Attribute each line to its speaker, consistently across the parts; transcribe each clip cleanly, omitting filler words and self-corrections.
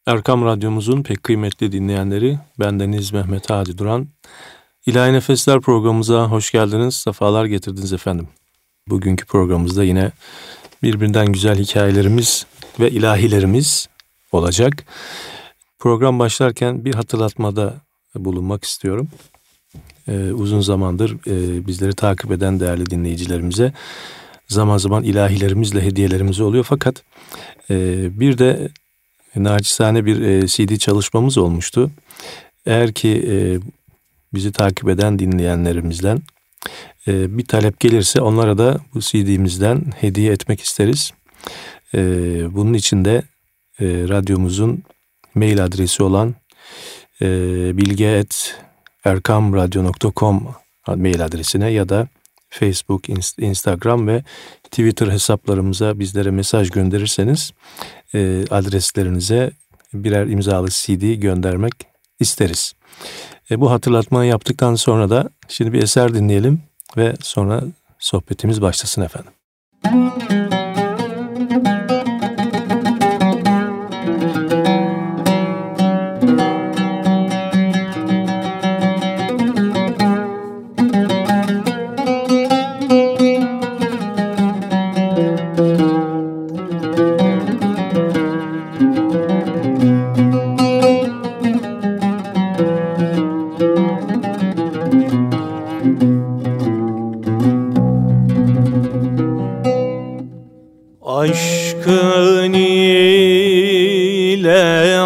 Speaker 1: Erkam Radyomuzun pek kıymetli dinleyenleri, bendeniz Mehmet Hadi Duran. İlahi Nefesler programımıza hoş geldiniz, sefalar getirdiniz efendim. Bugünkü programımızda yine birbirinden güzel hikayelerimiz ve ilahilerimiz olacak. Program başlarken bir hatırlatmada bulunmak istiyorum. Uzun zamandır bizleri takip eden değerli dinleyicilerimize zaman zaman ilahilerimizle hediyelerimiz oluyor. Fakat bir de naçizane bir CD çalışmamız olmuştu. Eğer ki bizi takip eden dinleyenlerimizden bir talep gelirse onlara da bu CD'mizden hediye etmek isteriz. Bunun için de radyomuzun mail adresi olan bilge@erkamradyo.com mail adresine ya da Facebook, Instagram ve Twitter hesaplarımıza bizlere mesaj gönderirseniz adreslerinize birer imzalı CD göndermek isteriz. Bu hatırlatmayı yaptıktan sonra da şimdi bir eser dinleyelim ve sonra sohbetimiz başlasın efendim.
Speaker 2: Aşkın ile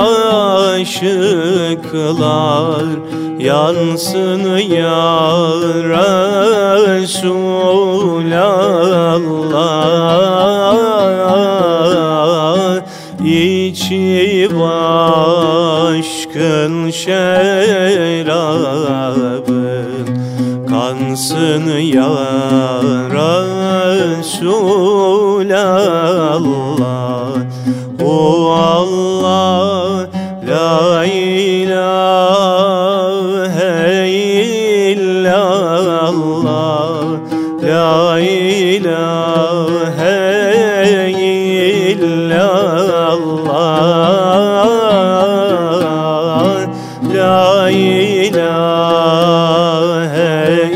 Speaker 2: aşıklar yansın ya Resulallah. İçi aşkın şerabın kansın ya Resulallah. O Allah, la ilahe illallah, la ilahe illallah, la ilahe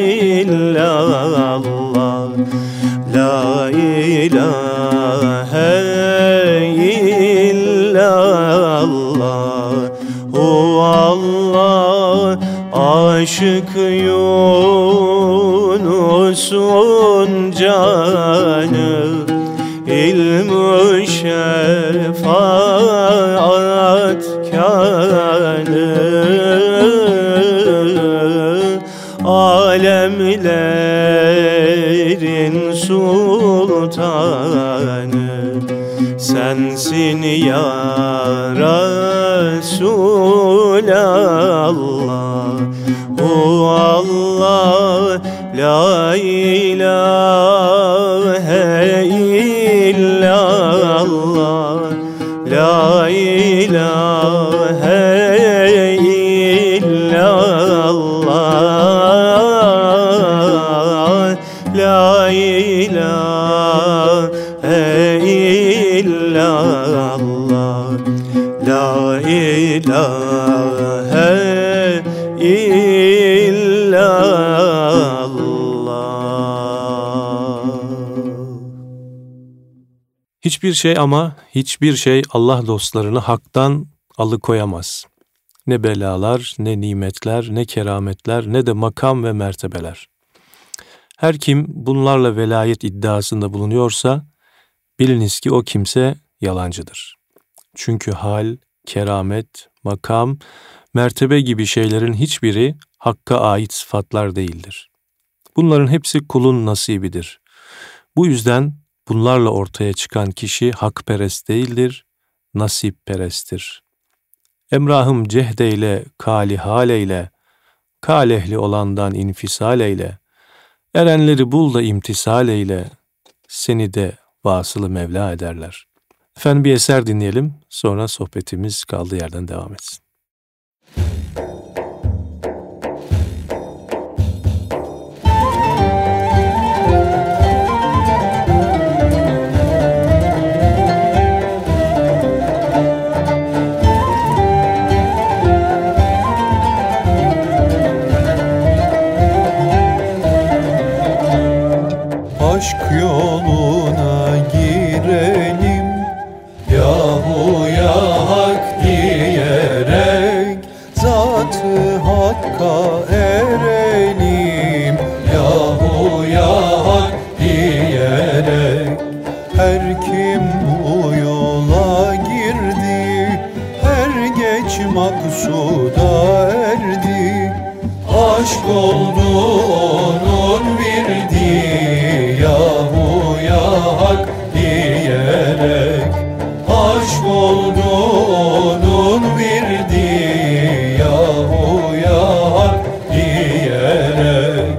Speaker 2: illallah, la ilahe illallah. O Allah, aşık Yunus'un canı, ilm-i şefaatkarı, alemlerin sultanı sensin ya Resulallah. O Allah, la ilahe illallah, la ilahe illallah, la ilahe illallah, la ilahe illallah.
Speaker 1: Hiçbir şey ama hiçbir şey Allah dostlarını haktan alıkoyamaz. Ne belalar, ne nimetler, ne kerametler, ne de makam ve mertebeler. Her kim bunlarla velayet iddiasında bulunuyorsa, biliniz ki o kimse yalancıdır. Çünkü hal, keramet, makam, mertebe gibi şeylerin hiçbiri Hakk'a ait sıfatlar değildir. Bunların hepsi kulun nasibidir. Bu yüzden bunlarla ortaya çıkan kişi hakperest değildir, nasipperesttir. Emrahım cehdeyle, kâli hâleyle, kâl ehli olandan infisal eyle, erenleri bul da imtisal eyle, seni de vasılı Mevla ederler. Efendim bir eser dinleyelim, sonra sohbetimiz kaldığı yerden devam etsin.
Speaker 2: maksuda erdi. Aşk oldu onun virdi, yahu ya hak diyerek. Aşk oldu onun virdi, yahu ya hak diyerek.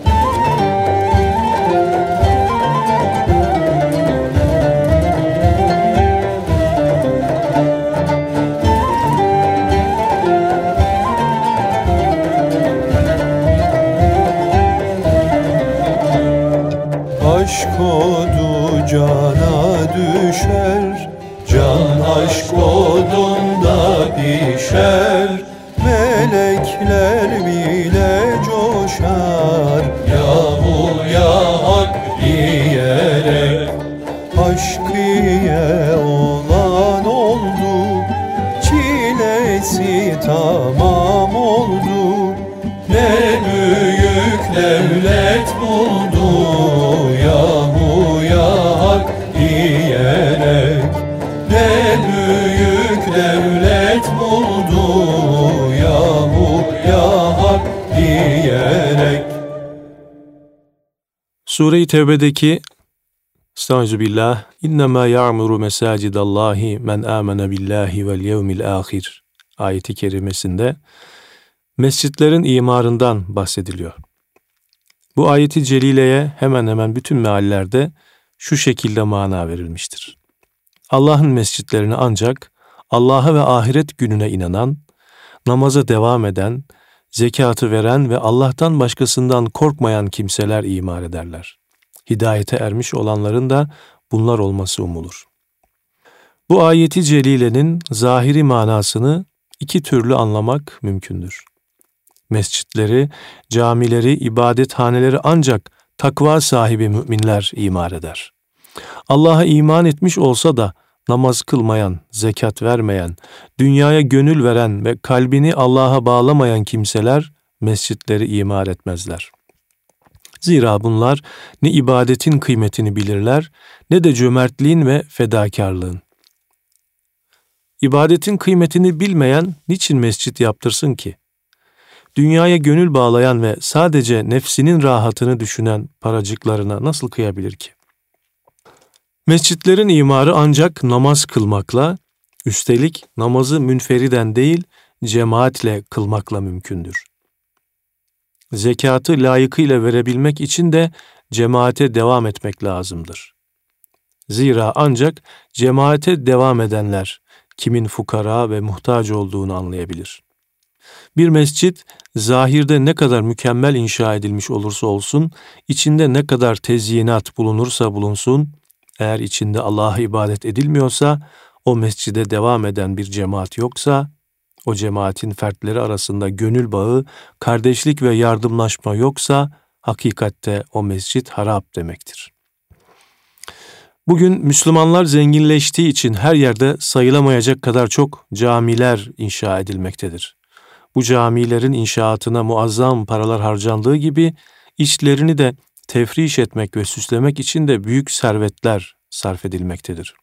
Speaker 2: Aşk odu cana düşer, can aşk odunda pişer. Melekler bile coşar, yahu ya hak diyerek. Aşk ile olan oldu, çilesi tamam oldu. Ne büyük devlet buldu, yahu ya hak diyerek. Ne büyük devlet buldu, yahu ya hak diyerek.
Speaker 1: Sure-i Tevbe'deki Estağfirullah. İnnemâ ya'muru mesâcidallahi men âmene billahi vel yevmil âhir ayeti kerimesinde mescitlerin imarından bahsediliyor. Bu ayeti celileye hemen hemen bütün meallerde şu şekilde mana verilmiştir. Allah'ın mescitlerini ancak Allah'a ve ahiret gününe inanan, namaza devam eden, zekatı veren ve Allah'tan başkasından korkmayan kimseler imar ederler. Hidayete ermiş olanların da bunlar olması umulur. Bu ayeti celilenin zahiri manasını iki türlü anlamak mümkündür. Mescitleri, camileri, ibadethaneleri ancak takva sahibi müminler imar eder. Allah'a iman etmiş olsa da namaz kılmayan, zekat vermeyen, dünyaya gönül veren ve kalbini Allah'a bağlamayan kimseler mescitleri imar etmezler. Zira bunlar ne ibadetin kıymetini bilirler, ne de cömertliğin ve fedakarlığın. İbadetin kıymetini bilmeyen niçin mescit yaptırsın ki? Dünyaya gönül bağlayan ve sadece nefsinin rahatını düşünen paracıklarına nasıl kıyabilir ki? Mescitlerin imarı ancak namaz kılmakla, üstelik namazı münferiden değil, cemaatle kılmakla mümkündür. Zekatı layıkıyla verebilmek için de cemaate devam etmek lazımdır. Zira ancak cemaate devam edenler kimin fukara ve muhtaç olduğunu anlayabilir. Bir mescit zahirde ne kadar mükemmel inşa edilmiş olursa olsun, içinde ne kadar tezyinat bulunursa bulunsun, eğer içinde Allah'a ibadet edilmiyorsa, o mescide devam eden bir cemaat yoksa, o cemaatin fertleri arasında gönül bağı, kardeşlik ve yardımlaşma yoksa, hakikatte o mescit harap demektir. Bugün Müslümanlar zenginleştiği için her yerde sayılamayacak kadar çok camiler inşa edilmektedir. Bu camilerin inşaatına muazzam paralar harcandığı gibi, içlerini de tefriş etmek ve süslemek için de büyük servetler sarf edilmektedir.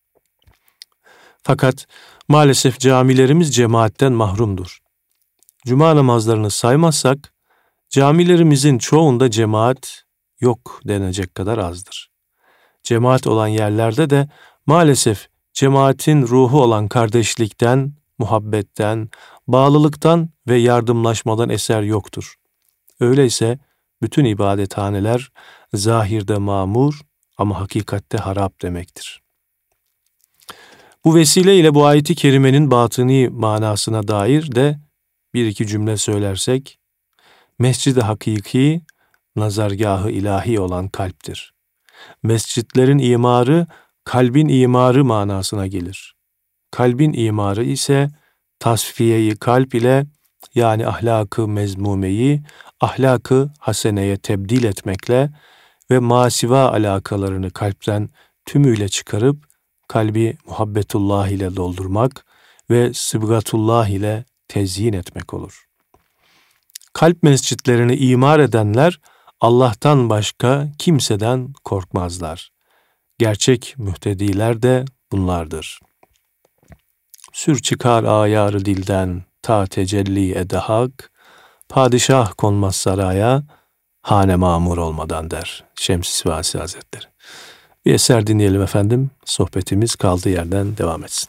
Speaker 1: Fakat maalesef camilerimiz cemaatten mahrumdur. Cuma namazlarını saymazsak, camilerimizin çoğunda cemaat yok denecek kadar azdır. Cemaat olan yerlerde de maalesef cemaatin ruhu olan kardeşlikten, muhabbetten, bağlılıktan ve yardımlaşmadan eser yoktur. Öyleyse bütün ibadethaneler zahirde mamur ama hakikatte harap demektir. Bu vesileyle bu ayeti kerimenin batıni manasına dair de bir iki cümle söylersek, mescid-i hakiki, nazargahı ilahi olan kalptir. Mescitlerin imarı, kalbin imarı manasına gelir. Kalbin imarı ise tasfiyeyi kalp ile, yani ahlakı mezmumeyi, ahlakı haseneye tebdil etmekle ve masiva alakalarını kalpten tümüyle çıkarıp, kalbi muhabbetullah ile doldurmak ve sıbgatullah ile tezyin etmek olur. Kalp mescitlerini imar edenler, Allah'tan başka kimseden korkmazlar. Gerçek mühtediler de bunlardır. Sür çıkar ayarı dilden, ta tecelli ede hak, padişah konmaz saraya, hane mamur olmadan der Şems-i Sivasi Hazretleri. Bir eser dinleyelim efendim, sohbetimiz kaldığı yerden devam etsin.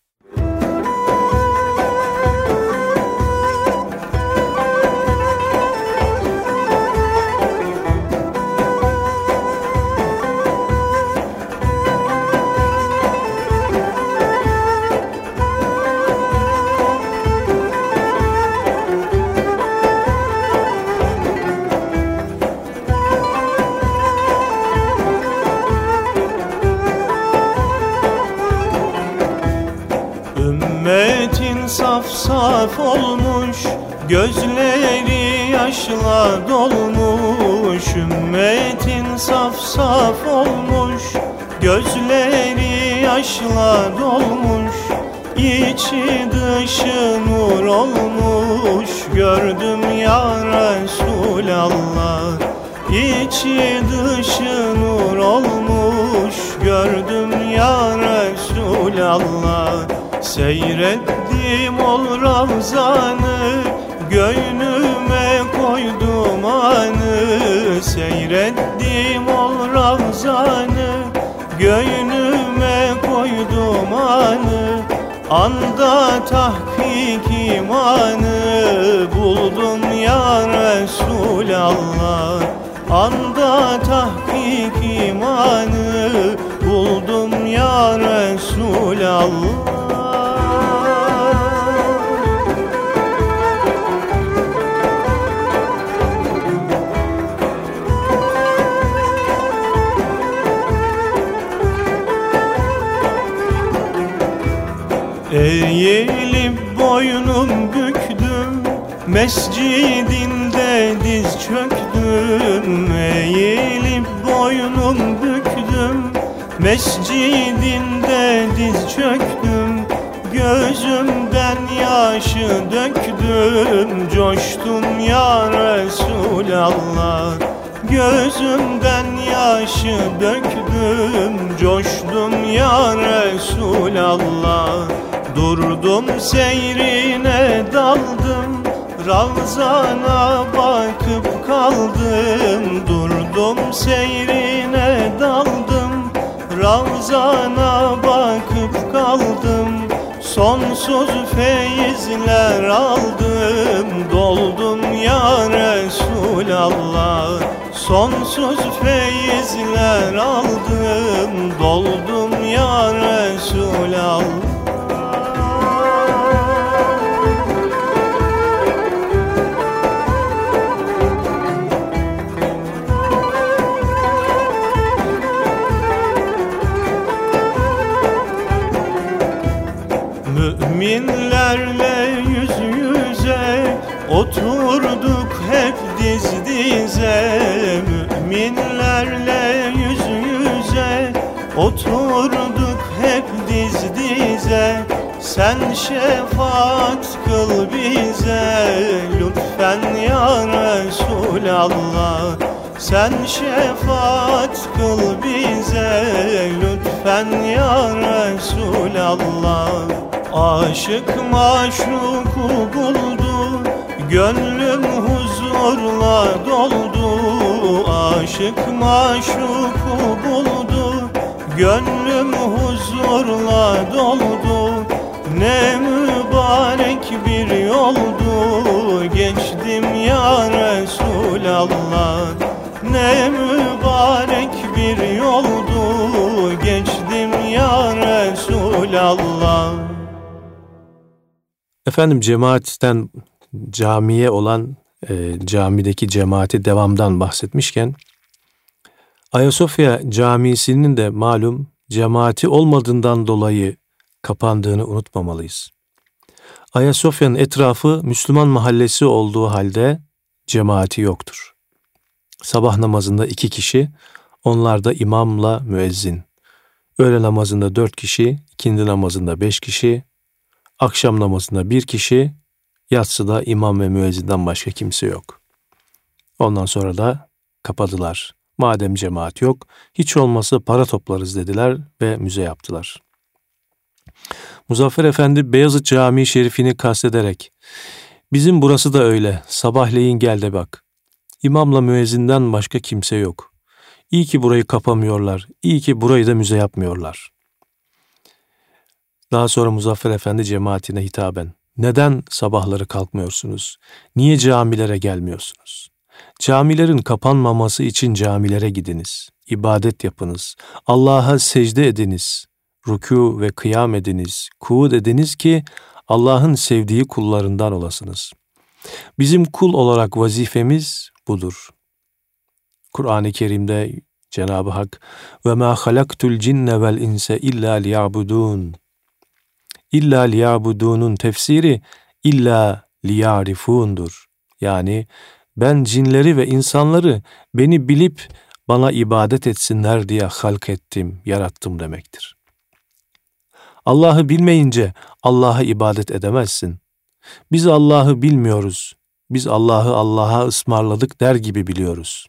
Speaker 2: Ümmetin saf saf olmuş, gözleri yaşla dolmuş. Ümmetin saf saf olmuş, gözleri yaşla dolmuş. İçi dışı nur olmuş, gördüm ya Resulallah. İçi dışı nur olmuş, gördüm ya Resulallah. Seyrettim ol Ravzanı, gönlüme koydum anı. Seyrettim ol Ravzanı, gönlüme koydum anı. Anda tahkik imanı buldum ya Resulallah. Anda tahkik imanı buldum ya Resulallah. Eğilip boynum büktüm, mescidinde diz çöktüm. Eğilip boynum büktüm, mescidinde diz çöktüm. Gözümden yaşı döktüm, coştum ya Resulallah. Gözümden yaşı döktüm, coştum ya Resulallah. Durdum seyrine daldım, Ravzana bakıp kaldım. Durdum seyrine daldım, Ravzana bakıp kaldım. Sonsuz feyizler aldım, doldum ya Resulallah. Sonsuz feyizler aldım, doldum ya Resulallah. Müminlerle yüz yüze oturduk hep diz dize. Müminlerle yüz yüze oturduk hep diz dize. Sen şefaat kıl bize lütfen ya Resulallah. Sen şefaat kıl bize lütfen ya Resulallah. Aşık maşuku buldu, gönlüm huzurla doldu. Aşık maşuku buldu, gönlüm huzurla doldu. Ne mübarek bir yoldu, geçtim ya Resulallah. Ne mübarek bir yoldu, geçtim ya Resulallah.
Speaker 1: Efendim cemaatten camiye olan camideki cemaati devamdan bahsetmişken Ayasofya Camisi'nin de malum cemaati olmadığından dolayı kapandığını unutmamalıyız. Ayasofya'nın etrafı Müslüman mahallesi olduğu halde cemaati yoktur. Sabah namazında 2 kişi, onlar da imamla müezzin. Öğle namazında 4 kişi, ikindi namazında 5 kişi, akşam namazında 1 kişi, yatsıda imam ve müezzinden başka kimse yok. Ondan sonra da kapadılar. Madem cemaat yok, hiç olmazsa para toplarız dediler ve müze yaptılar. Muzaffer Efendi Beyazıt Camii Şerifini kastederek, bizim burası da öyle, sabahleyin gel de bak. İmamla müezzinden başka kimse yok. İyi ki burayı kapamıyorlar, iyi ki burayı da müze yapmıyorlar. Daha sonra Muzaffer Efendi cemaatine hitaben, neden sabahları kalkmıyorsunuz? Niye camilere gelmiyorsunuz? Camilerin kapanmaması için camilere gidiniz, ibadet yapınız, Allah'a secde ediniz, rükû ve kıyam ediniz, kuud ediniz ki Allah'ın sevdiği kullarından olasınız. Bizim kul olarak vazifemiz budur. Kur'an-ı Kerim'de Cenab-ı Hak ve ma halaktul cinne vel inse illa liya'budun. İlla liya'budunun tefsiri illa liya'rifundur. Yani ben cinleri ve insanları beni bilip bana ibadet etsinler diye halk ettim, yarattım demektir. Allah'ı bilmeyince Allah'a ibadet edemezsin. Biz Allah'ı bilmiyoruz. Biz Allah'ı Allah'a ısmarladık der gibi biliyoruz.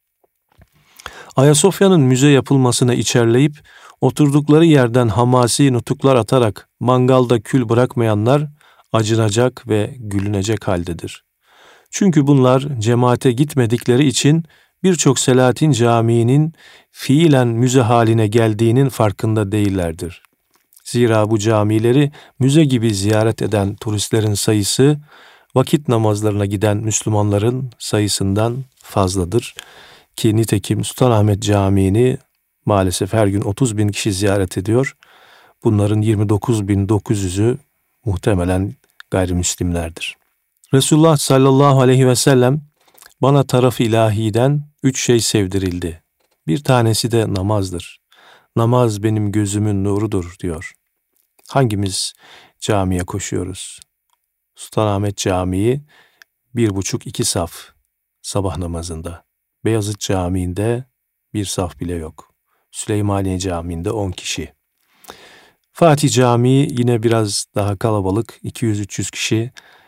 Speaker 1: Ayasofya'nın müze yapılmasına içerleyip oturdukları yerden hamasi nutuklar atarak mangalda kül bırakmayanlar acınacak ve gülünecek haldedir. Çünkü bunlar cemaate gitmedikleri için birçok Selahattin Camii'nin fiilen müze haline geldiğinin farkında değillerdir. Zira bu camileri müze gibi ziyaret eden turistlerin sayısı vakit namazlarına giden Müslümanların sayısından fazladır. Ki nitekim Sultanahmet Camii'ni maalesef her gün 30 bin kişi ziyaret ediyor. Bunların 29.900'ü muhtemelen gayrimüslimlerdir. Resulullah sallallahu aleyhi ve sellem bana taraf-ı ilahiden 3 şey sevdirildi. Bir tanesi de namazdır. Namaz benim gözümün nurudur diyor. Hangimiz camiye koşuyoruz? Sultanahmet Camii 1,5-2 saf sabah namazında. Beyazıt Camii'nde bir saf bile yok. Süleymaniye Camii'nde 10 kişi. Fatih Camii yine biraz daha kalabalık. 200-300 kişi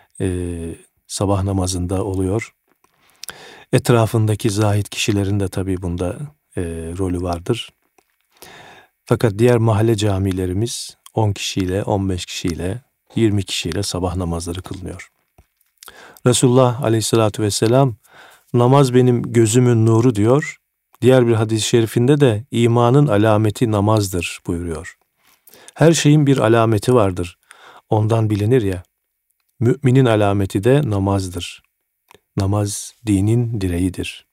Speaker 1: sabah namazında oluyor. Etrafındaki zahid kişilerin de tabii bunda rolü vardır. Fakat diğer mahalle camilerimiz 10 kişiyle, 15 kişiyle, 20 kişiyle sabah namazları kılınıyor. Resulullah aleyhissalatü vesselam namaz benim gözümün nuru diyor. Diğer bir hadis-i şerifinde de imanın alameti namazdır buyuruyor. Her şeyin bir alameti vardır. Ondan bilinir ya. Müminin alameti de namazdır. Namaz dinin direğidir.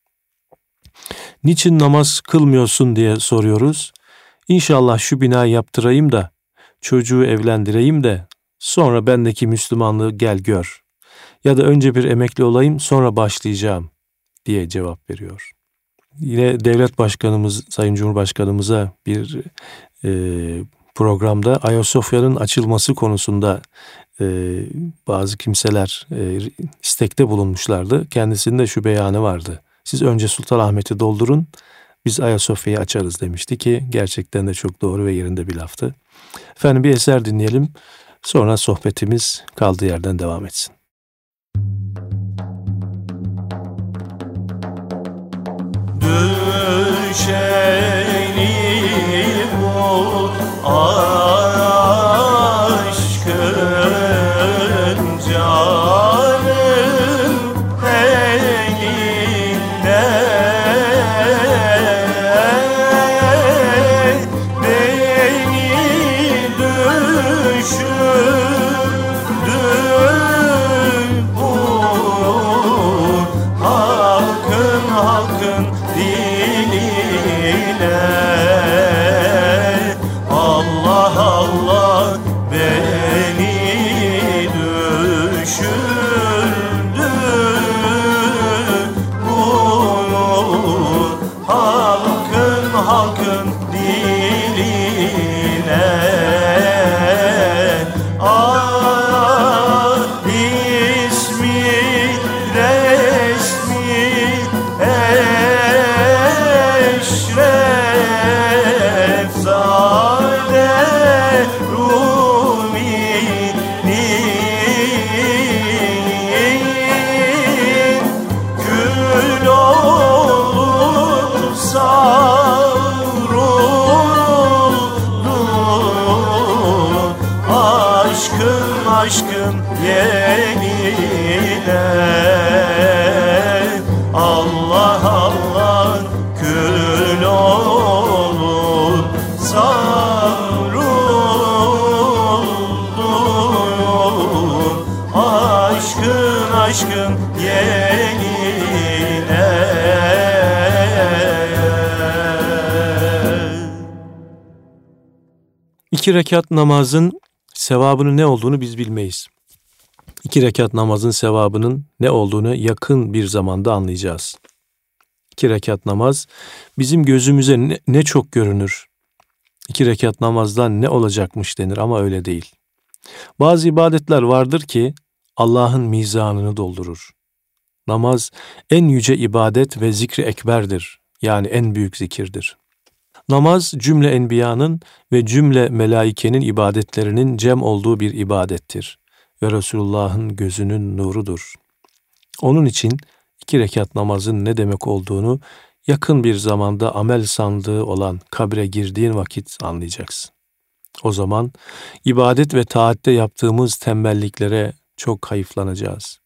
Speaker 1: Niçin namaz kılmıyorsun diye soruyoruz. İnşallah şu binayı yaptırayım da, çocuğu evlendireyim de, sonra bendeki Müslümanlığı gel gör. Ya da önce bir emekli olayım, sonra başlayacağım diye cevap veriyor. Yine devlet başkanımız, Sayın Cumhurbaşkanımıza bir programda Ayasofya'nın açılması konusunda bazı kimseler istekte bulunmuşlardı. Kendisinin de şu beyanı vardı. Siz önce Sultanahmet'i doldurun, biz Ayasofya'yı açarız demişti ki gerçekten de çok doğru ve yerinde bir laftı. Efendim bir eser dinleyelim. Sonra sohbetimiz kaldığı yerden devam etsin.
Speaker 2: Düşeni bu aşkın canım elinde beni düşürdü bu halkın diline. Allah Allah beni düşürdü bu halkın diline. İsmi resmi eşref zade Rumi'nin gül olup savruldu aşkın aşkın yerine Allah Allah kül olur savruldum aşkın aşkın yerine.
Speaker 1: İki rekat namazın sevabının ne olduğunu biz bilmeyiz. 2 rekat namazın sevabının ne olduğunu yakın bir zamanda anlayacağız. 2 rekat namaz bizim gözümüze ne çok görünür. 2 rekat namazdan ne olacakmış denir ama öyle değil. Bazı ibadetler vardır ki Allah'ın mizanını doldurur. Namaz en yüce ibadet ve zikri ekberdir. Yani en büyük zikirdir. Namaz cümle enbiyanın ve cümle melaikenin ibadetlerinin cem olduğu bir ibadettir. Ve Resulullah'ın gözünün nurudur. Onun için 2 rekat namazın ne demek olduğunu yakın bir zamanda amel sandığı olan kabre girdiğin vakit anlayacaksın. O zaman ibadet ve taatte yaptığımız tembelliklere çok hayıflanacağız.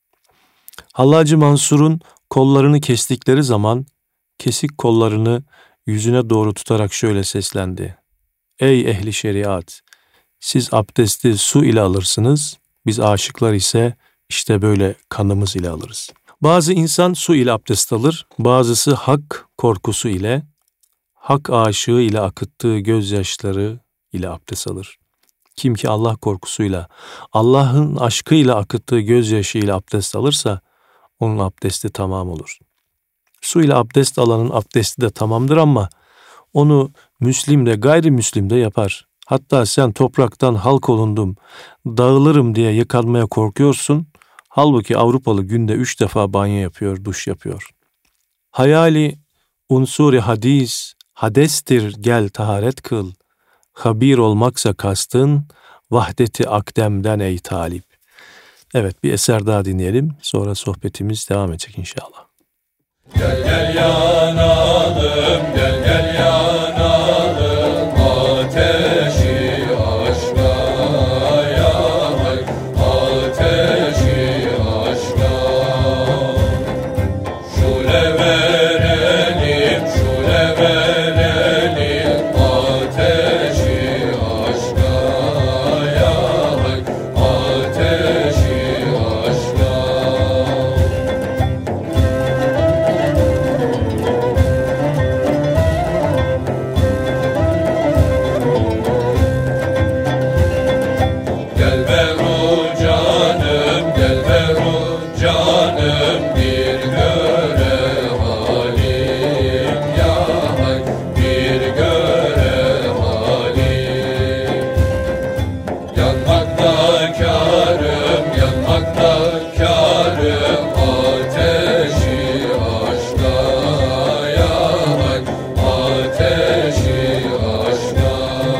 Speaker 1: Hallacı Mansur'un kollarını kestikleri zaman kesik kollarını yüzüne doğru tutarak şöyle seslendi. Ey ehli şeriat! Siz abdesti su ile alırsınız, biz aşıklar ise işte böyle kanımız ile alırız. Bazı insan su ile abdest alır, bazısı hak korkusu ile, hak aşığı ile akıttığı gözyaşları ile abdest alır. Kim ki Allah korkusuyla, Allah'ın aşkıyla akıttığı gözyaşı ile abdest alırsa, onun abdesti tamam olur. Su ile abdest alanın abdesti de tamamdır ama onu Müslim de gayrimüslim de yapar. Hatta sen topraktan halk olundum, dağılırım diye yıkanmaya korkuyorsun. Halbuki Avrupalı günde 3 defa banyo yapıyor, duş yapıyor. Hayali unsuri hadis, hadestir gel taharet kıl. Habir olmaksa kastın, vahdeti akdemden ey talip. Evet, bir eser daha dinleyelim. Sonra sohbetimiz devam edecek inşallah.
Speaker 3: Gel gel yanalım, gel gel yanalım, ateşi aşka yak, ateşi aşka. Şule verelim, şule verelim, ateşi aşka yak, ateşi aşka. Gel Beru canım, gel Beru canım, bir göre halim ya hak, bir göre halim. Yanmakta kârım, yanmakta kârım, ateşi aşka ya hak, ateşi aşka.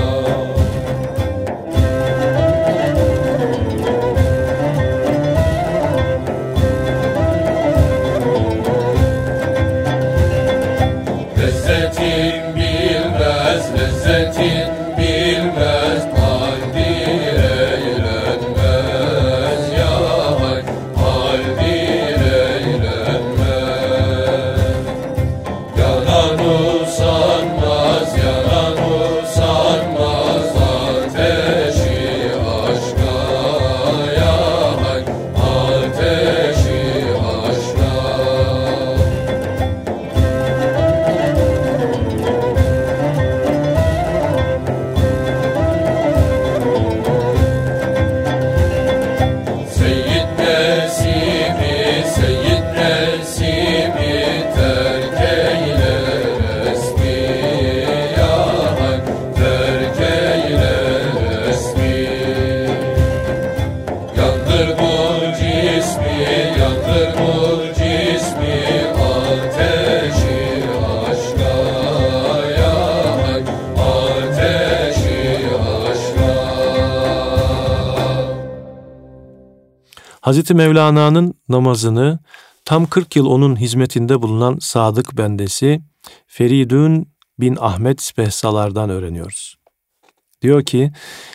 Speaker 3: Lezzetin bilmez, lezzetin bilmez, haldir eğlenmez ya hak, haldir eğlenmez. Yanan usanmaz, yanan usanmaz, ateşi aşka ya hak, ateşi aşka. Seyyid Nesimi, Seyyid Nesimi, terk eyle resmi ya hak, terk eyle resmi. Yandır bu cismi, yandır bu cismi, ateşi aşka ya hak, ateşi aşka.
Speaker 1: Hazreti Mevlana'nın namazını tam 40 yıl onun hizmetinde bulunan sadık bendesi Feridun bin Ahmet Spehsalar'dan öğreniyoruz. Diyor ki,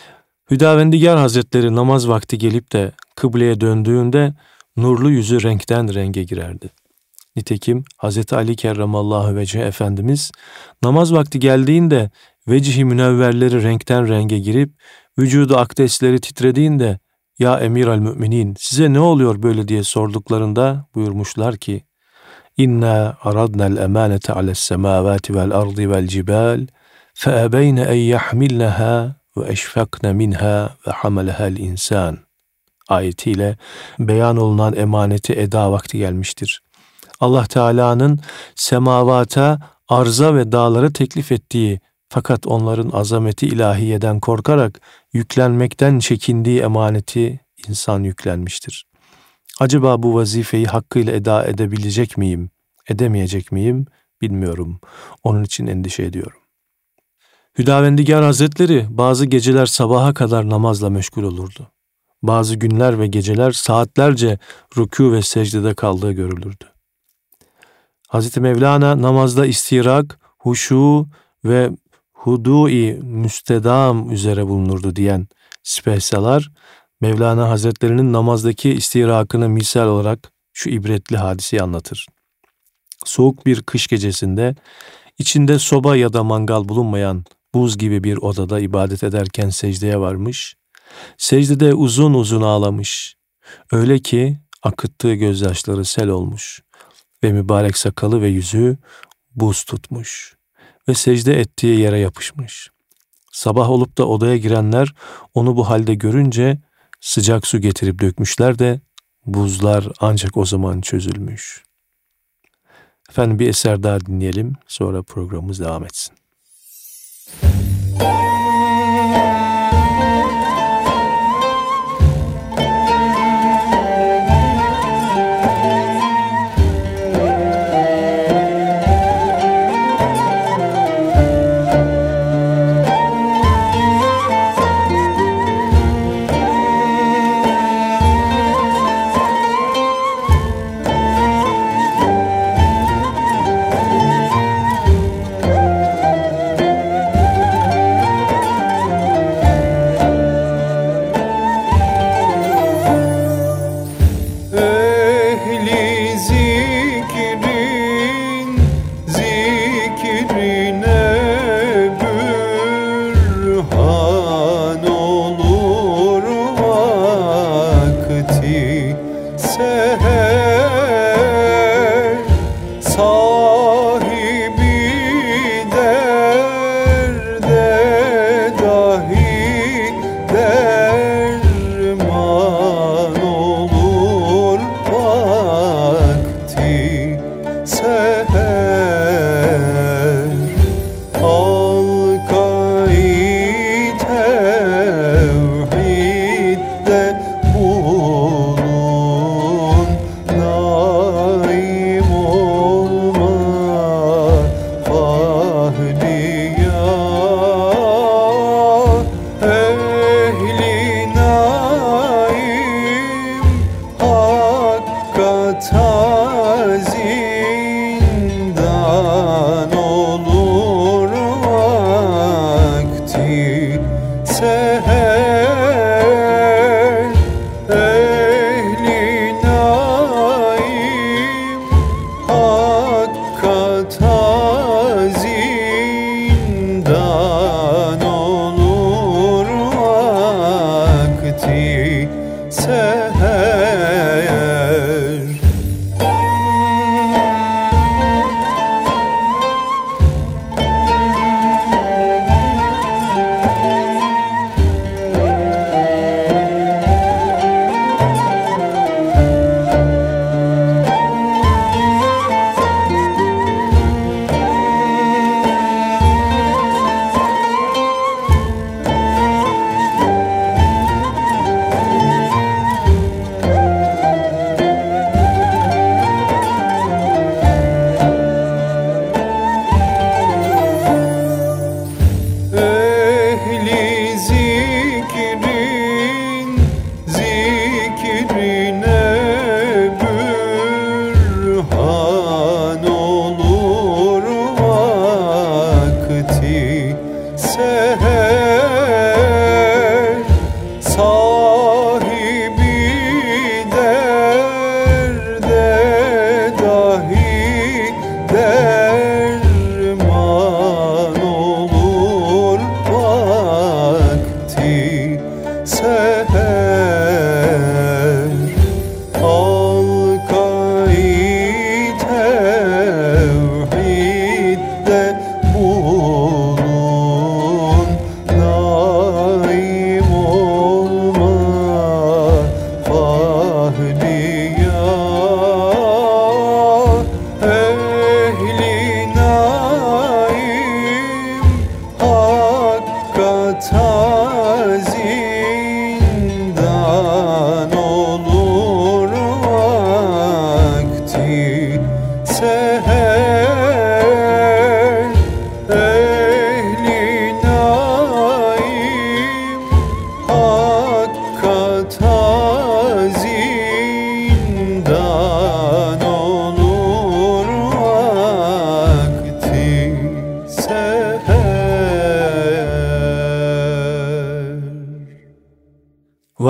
Speaker 1: Hüdavendigar Hazretleri namaz vakti gelip de kıbleye döndüğünde nurlu yüzü renkten renge girerdi. Nitekim Hazreti Ali Kerramallahu Vecih Efendimiz namaz vakti geldiğinde vecihi münevverleri renkten renge girip vücudu akdesleri titrediğinde "Ya Emiral Müminin, size ne oluyor böyle?" diye sorduklarında buyurmuşlar ki "İnna aradna'l emanete ales semavati vel ardı vel cibal fe ebeyne en yahmilnaha ve eşfakne minha ve hamaleha'l insan." ayetiyle beyan olunan emaneti eda vakti gelmiştir. Allah Teala'nın semavata, arza ve dağlara teklif ettiği fakat onların azameti ilahiyeden korkarak yüklenmekten çekindiği emaneti insan yüklenmiştir. Acaba bu vazifeyi hakkıyla eda edebilecek miyim, edemeyecek miyim bilmiyorum. Onun için endişe ediyorum. Hüdavendigar Hazretleri bazı geceler sabaha kadar namazla meşgul olurdu. Bazı günler ve geceler saatlerce rükû ve secdede kaldığı görülürdü. Hazreti Mevlana namazda istirak, huşu ve hudu-i müstedam üzere bulunurdu diyen spehsalar, Mevlana Hazretlerinin namazdaki istirakını misal olarak şu ibretli hadiseyi anlatır. Soğuk bir kış gecesinde içinde soba ya da mangal bulunmayan buz gibi bir odada ibadet ederken secdeye varmış, secdede uzun uzun ağlamış, öyle ki akıttığı gözyaşları sel olmuş ve mübarek sakalı ve yüzü buz tutmuş ve secde ettiği yere yapışmış. Sabah olup da odaya girenler onu bu halde görünce sıcak su getirip dökmüşler de buzlar ancak o zaman çözülmüş. Efendim bir eser daha dinleyelim, sonra programımız devam etsin.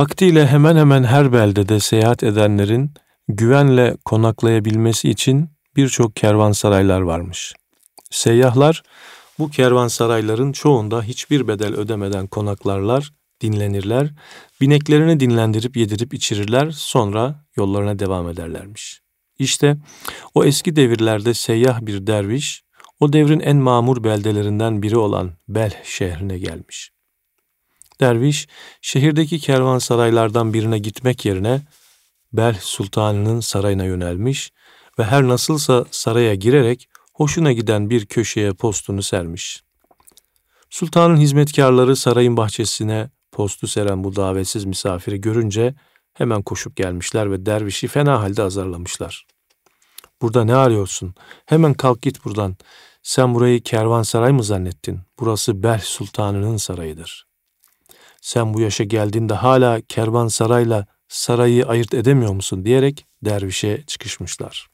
Speaker 1: Vaktiyle hemen hemen her beldede seyahat edenlerin güvenle konaklayabilmesi için birçok kervansaraylar varmış. Seyyahlar bu kervansarayların çoğunda hiçbir bedel ödemeden konaklarlar, dinlenirler, bineklerini dinlendirip yedirip içirirler, sonra yollarına devam ederlermiş. İşte o eski devirlerde seyyah bir derviş, o devrin en mamur beldelerinden biri olan Belh şehrine gelmiş. Derviş, şehirdeki kervansaraylardan birine gitmek yerine Belh Sultanı'nın sarayına yönelmiş ve her nasılsa saraya girerek hoşuna giden bir köşeye postunu sermiş. Sultanın hizmetkarları sarayın bahçesine postu seren bu davetsiz misafiri görünce hemen koşup gelmişler ve dervişi fena halde azarlamışlar. "Burada ne arıyorsun? Hemen kalk git buradan. Sen burayı kervansaray mı zannettin? Burası Belh Sultanı'nın sarayıdır. Sen bu yaşa geldiğinde hala kervansarayla sarayı ayırt edemiyor musun?" diyerek dervişe çıkışmışlar.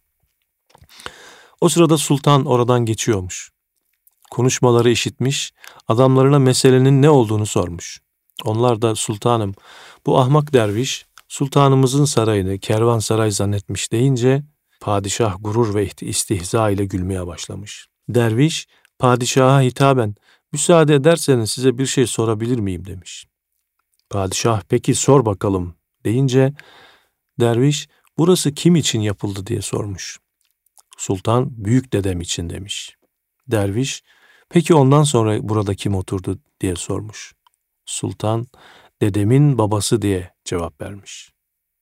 Speaker 1: O sırada sultan oradan geçiyormuş. Konuşmaları işitmiş, adamlarına meselenin ne olduğunu sormuş. Onlar da "Sultanım, bu ahmak derviş sultanımızın sarayını kervansaray zannetmiş" deyince padişah gurur ve istihza ile gülmeye başlamış. Derviş padişaha hitaben "Müsaade ederseniz size bir şey sorabilir miyim?" demiş. Padişah "Peki sor bakalım" deyince derviş "Burası kim için yapıldı?" diye sormuş. Sultan "Büyük dedem için" demiş. Derviş "Peki ondan sonra burada kim oturdu?" diye sormuş. Sultan "Dedemin babası" diye cevap vermiş.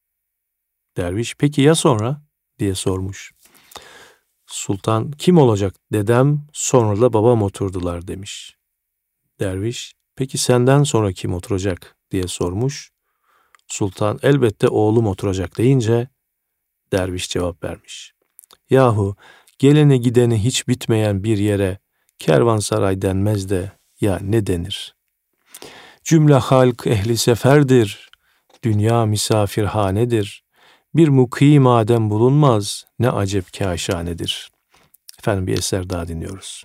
Speaker 1: Derviş "Peki ya sonra?" diye sormuş. Sultan "Kim olacak? Dedem, sonra da babam oturdular" demiş. Derviş "Peki senden sonra kim oturacak?" diye sormuş. Sultan "Elbette oğlum oturacak" deyince derviş cevap vermiş. "Yahu geleni gideni hiç bitmeyen bir yere kervansaray denmez de ya ne denir? Cümle halk ehli seferdir, dünya misafirhanedir. Bir mukim adem bulunmaz, ne acep kâşanedir." Efendim bir eser daha dinliyoruz.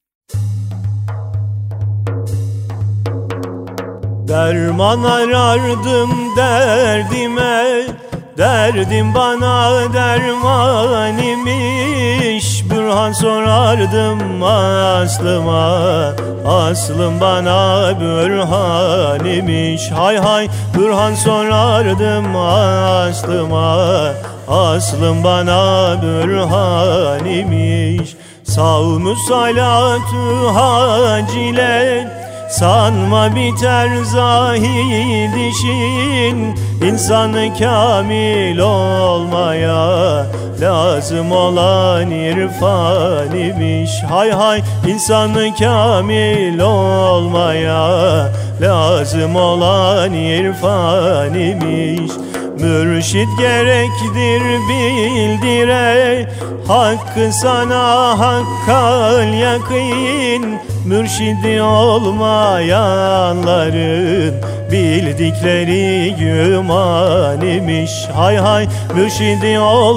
Speaker 2: Derman arardım derdime, derdim bana derman imiş. Bürhan sorardım aslıma, aslım bana bürhan imiş. Hay hay bürhan sorardım aslıma, aslım bana bürhan imiş. Savmu salatu hacile, sanma biter zahid işin. İnsanı kamil olmaya lazım olan irfan imiş. Hay hay insanı kamil olmaya lazım olan irfan imiş. Mürşid gerektir bildire, hakkı sana hakkal yakın. Mürşidi olmayanların bildikleri güman imiş. Hay hay mürşidi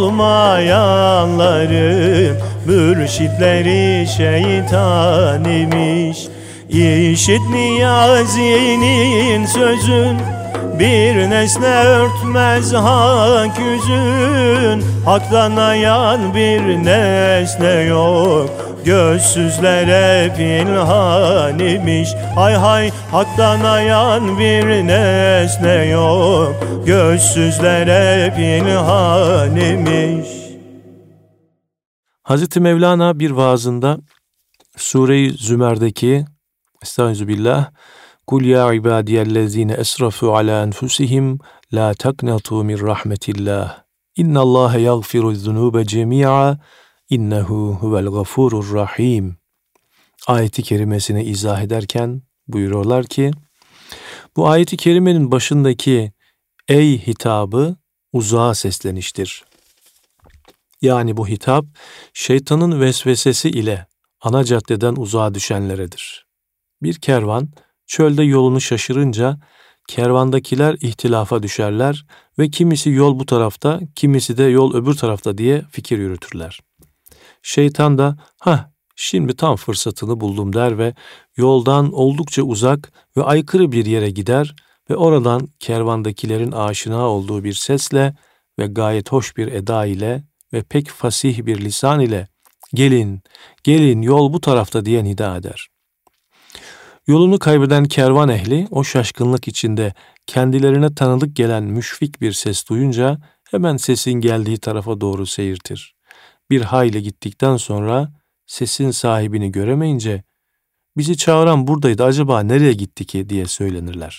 Speaker 2: olmayanların mürşitleri şeytan imiş. İşit Niyazi'nin sözün, bir nesne örtmez hak yüzün. Hak'tan ayan bir nesne yok, gözsüzlere pinhan imiş. Hay hay haktan ayan bir nesne yok, gözsüzlere pinhan imiş.
Speaker 1: Hazreti Mevlana bir vaazında Sure-i Zümer'deki Estağfirullah "Kul ya ibadiyellezine esrafu ala enfusihim la taknatu min rahmetillah. İnnallâhe yagfiru'z-zunûbe cemî'a innehu huvel gafurur rahim." Ayeti kerimesini izah ederken buyuruyorlar ki bu ayeti kerimenin başındaki "ey" hitabı uzağa sesleniştir. Yani bu hitap şeytanın vesvesesi ile ana caddeden uzağa düşenleredir. Bir kervan çölde yolunu şaşırınca kervandakiler ihtilafa düşerler ve kimisi yol bu tarafta, kimisi de yol öbür tarafta diye fikir yürütürler. Şeytan da şimdi tam fırsatını buldum der ve yoldan oldukça uzak ve aykırı bir yere gider, ve oradan kervandakilerin aşina olduğu bir sesle ve gayet hoş bir eda ile ve pek fasih bir lisan ile gelin, gelin yol bu tarafta diye nida eder. Yolunu kaybeden kervan ehli o şaşkınlık içinde kendilerine tanıdık gelen müşfik bir ses duyunca hemen sesin geldiği tarafa doğru seyirtir. Bir hayli gittikten sonra sesin sahibini göremeyince bizi çağıran buradaydı, acaba nereye gitti ki diye söylenirler.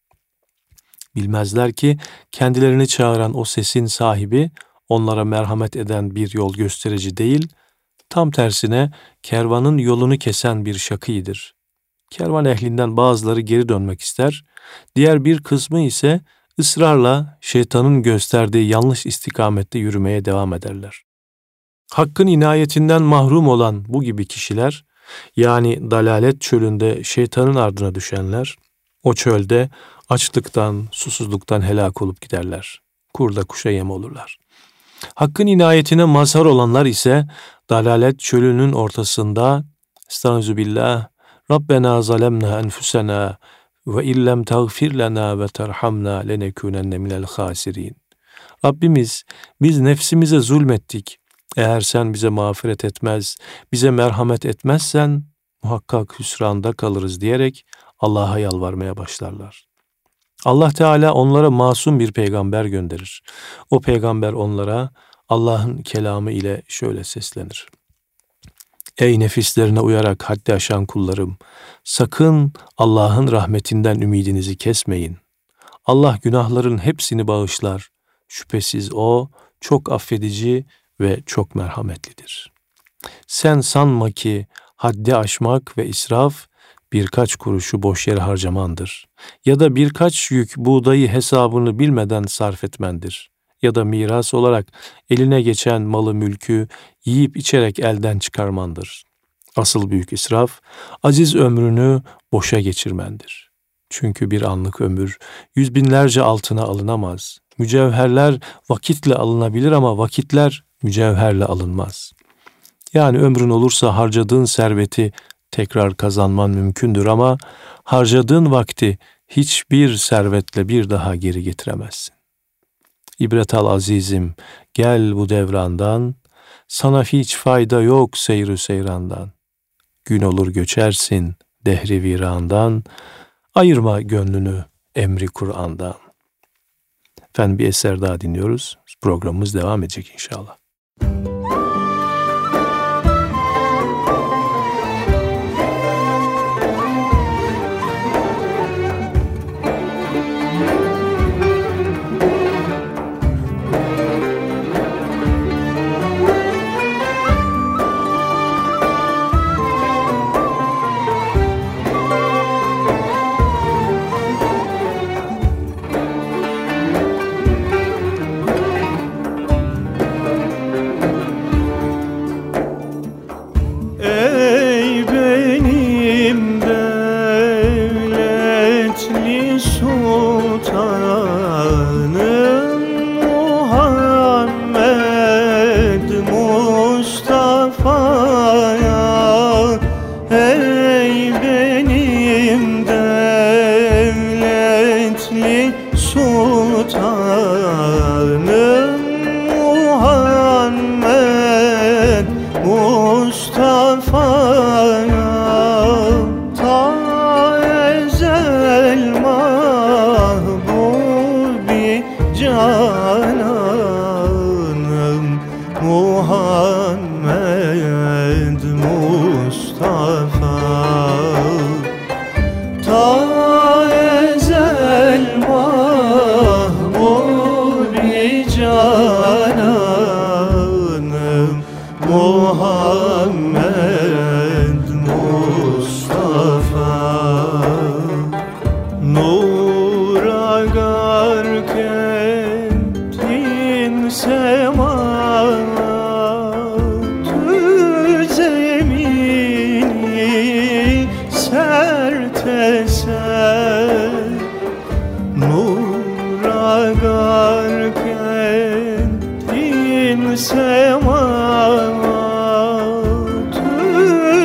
Speaker 1: Bilmezler ki kendilerini çağıran o sesin sahibi onlara merhamet eden bir yol gösterici değil, tam tersine kervanın yolunu kesen bir şakîdir. Kervan ehlinden bazıları geri dönmek ister, diğer bir kısmı ise ısrarla şeytanın gösterdiği yanlış istikamette yürümeye devam ederler. Hakkın inayetinden mahrum olan bu gibi kişiler, yani dalalet çölünde şeytanın ardına düşenler, o çölde açlıktan, susuzluktan helak olup giderler. Kurda kuşa yem olurlar. Hakkın inayetine mazhar olanlar ise dalalet çölünün ortasında Estağfirullah, Rabbena zalemna enfusena ve illem tağfir lena ve terhamna lenekunenne minel hasirin. Rabbimiz, biz nefsimize zulmettik. Eğer sen bize mağfiret etmez, bize merhamet etmezsen muhakkak hüsranda kalırız diyerek Allah'a yalvarmaya başlarlar. Allah Teala onlara masum bir peygamber gönderir. O peygamber onlara Allah'ın kelamı ile şöyle seslenir. Ey nefislerine uyarak haddi aşan kullarım, sakın Allah'ın rahmetinden ümidinizi kesmeyin. Allah günahların hepsini bağışlar. Şüphesiz O çok affedici ve çok merhametlidir. Sen sanma ki haddi aşmak ve israf birkaç kuruşu boş yere harcamandır. Ya da birkaç yük buğdayı hesabını bilmeden sarf etmendir. Ya da miras olarak eline geçen malı mülkü yiyip içerek elden çıkarmandır. Asıl büyük israf, aziz ömrünü boşa geçirmendir. Çünkü bir anlık ömür 100 binlerce altına alınamaz. Mücevherler vakitle alınabilir ama vakitler mücevherle alınmaz. Yani ömrün olursa harcadığın serveti tekrar kazanman mümkündür ama harcadığın vakti hiçbir servetle bir daha geri getiremezsin. İbret al azizim, gel bu devrandan, sana hiç fayda yok seyru seyrandan. Gün olur göçersin dehri virandan, ayırma gönlünü emri Kur'an'dan. Efendim bir eser daha dinliyoruz. Programımız devam edecek inşallah.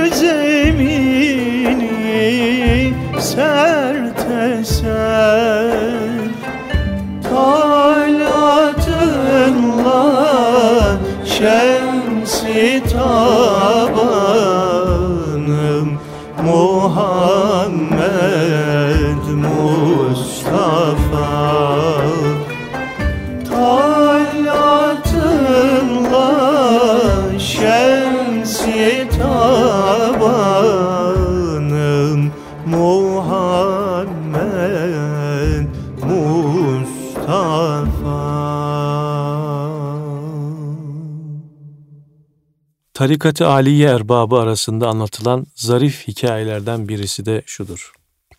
Speaker 2: Sert eser kafa.
Speaker 1: Tarikat-ı Aliye erbabı arasında anlatılan zarif hikayelerden birisi de şudur.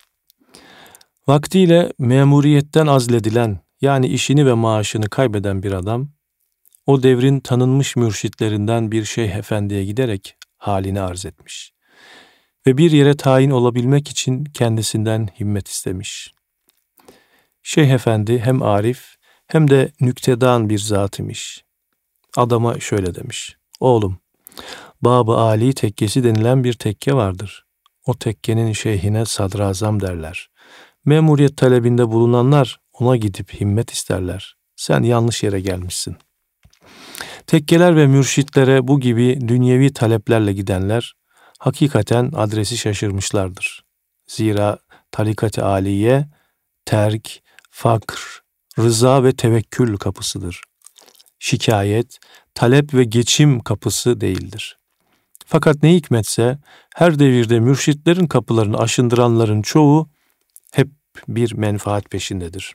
Speaker 1: Vaktiyle memuriyetten azledilen, yani işini ve maaşını kaybeden bir adam, o devrin tanınmış mürşitlerinden bir şeyh efendiye giderek halini arz etmiş. Ve bir yere tayin olabilmek için kendisinden himmet istemiş. Şeyh efendi hem arif hem de nüktedan bir zat imiş. Adama şöyle demiş: oğlum, Bab-ı Ali tekkesi denilen bir tekke vardır. O tekkenin şeyhine sadrazam derler. Memuriyet talebinde bulunanlar ona gidip himmet isterler. Sen yanlış yere gelmişsin. Tekkeler ve mürşitlere bu gibi dünyevi taleplerle gidenler hakikaten adresi şaşırmışlardır. Zira tarikat-ı aliye terk, fakr, rıza ve tevekkül kapısıdır. Şikayet, talep ve geçim kapısı değildir. Fakat ne hikmetse her devirde mürşitlerin kapılarını aşındıranların çoğu hep bir menfaat peşindedir.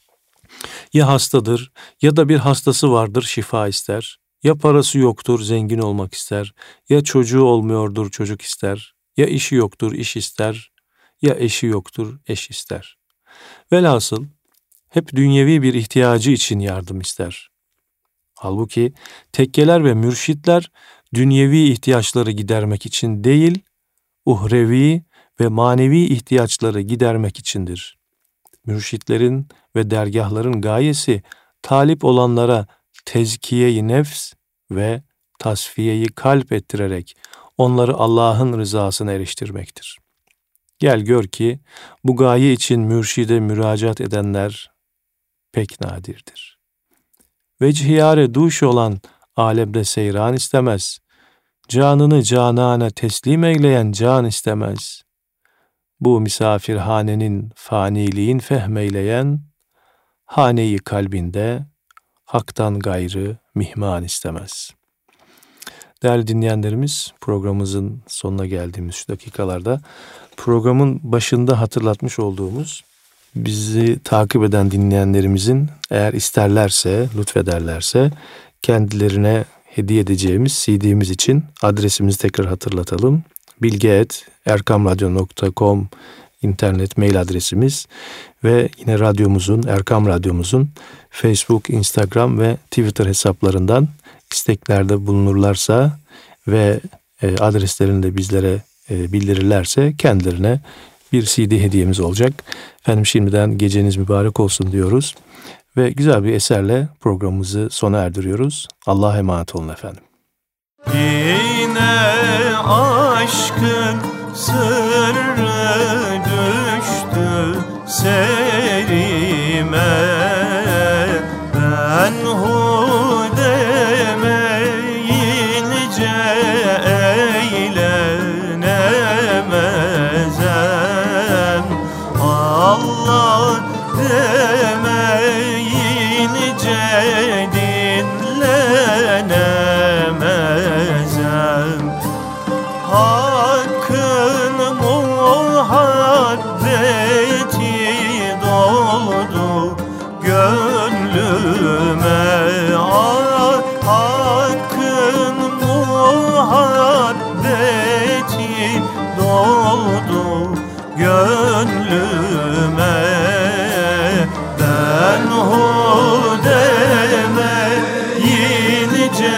Speaker 1: Ya hastadır ya da bir hastası vardır, şifa ister. Ya parası yoktur, zengin olmak ister. Ya çocuğu olmuyordur, çocuk ister. Ya işi yoktur, iş ister. Ya eşi yoktur, eş ister. Velhasıl hep dünyevi bir ihtiyacı için yardım ister. Halbuki tekkeler ve mürşitler dünyevi ihtiyaçları gidermek için değil, uhrevi ve manevi ihtiyaçları gidermek içindir. Mürşitlerin ve dergahların gayesi talip olanlara tezkiye-i nefs ve tasfiye-i kalp ettirerek onları Allah'ın rızasına eriştirmektir. Gel gör ki bu gaye için mürşide müracaat edenler pek nadirdir. Vecihiyare duş olan alemde seyran istemez. Canını canana teslim eyleyen can istemez. Bu misafirhanenin faniliğin fehmeyleyen, haneyi kalbinde haktan gayrı mihman istemez. Değerli dinleyenlerimiz, programımızın sonuna geldiğimiz şu dakikalarda programın başında hatırlatmış olduğumuz, bizi takip eden dinleyenlerimizin eğer isterlerse, lütfederlerse kendilerine hediye edeceğimiz CD'miz için adresimizi tekrar hatırlatalım. bilge@erkamradyo.com internet mail adresimiz ve yine radyomuzun, Erkam Radyomuzun Facebook, Instagram ve Twitter hesaplarından isteklerde bulunurlarsa ve adreslerini de bizlere bildirirlerse kendilerine bir CD hediyemiz olacak. Efendim şimdiden geceniz mübarek olsun diyoruz ve güzel bir eserle programımızı sona erdiriyoruz. Allah'a emanet olun efendim.
Speaker 2: Yine aşkın sırrı düştü serime, ben hu demeyince eğlenemezem, Allah demeyince dinlenemezem. Hakkın muhabbeti doldu gönlüme, hakkın muhabbeti doldu gönlüme, ben hu demeyince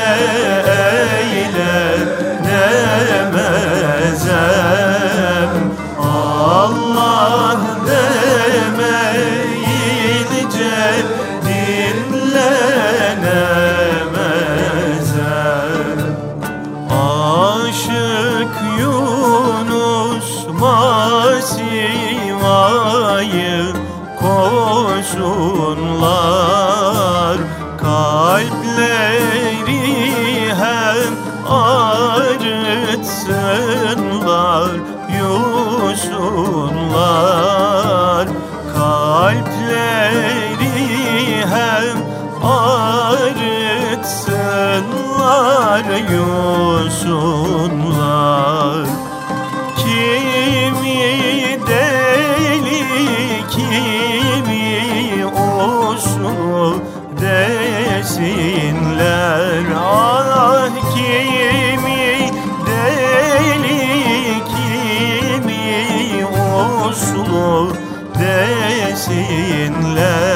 Speaker 2: eğlenemezem, Allah demeyince dinlenemezem. Aşık Yunus masivayı koşsunlar, kalpleri hem arıtsınlar, yusunlar, kalpleri hem arıtsınlar, yusunlar. Kimi deli, kimi usul desinler. Ah kimi deli kimi uslu desinler.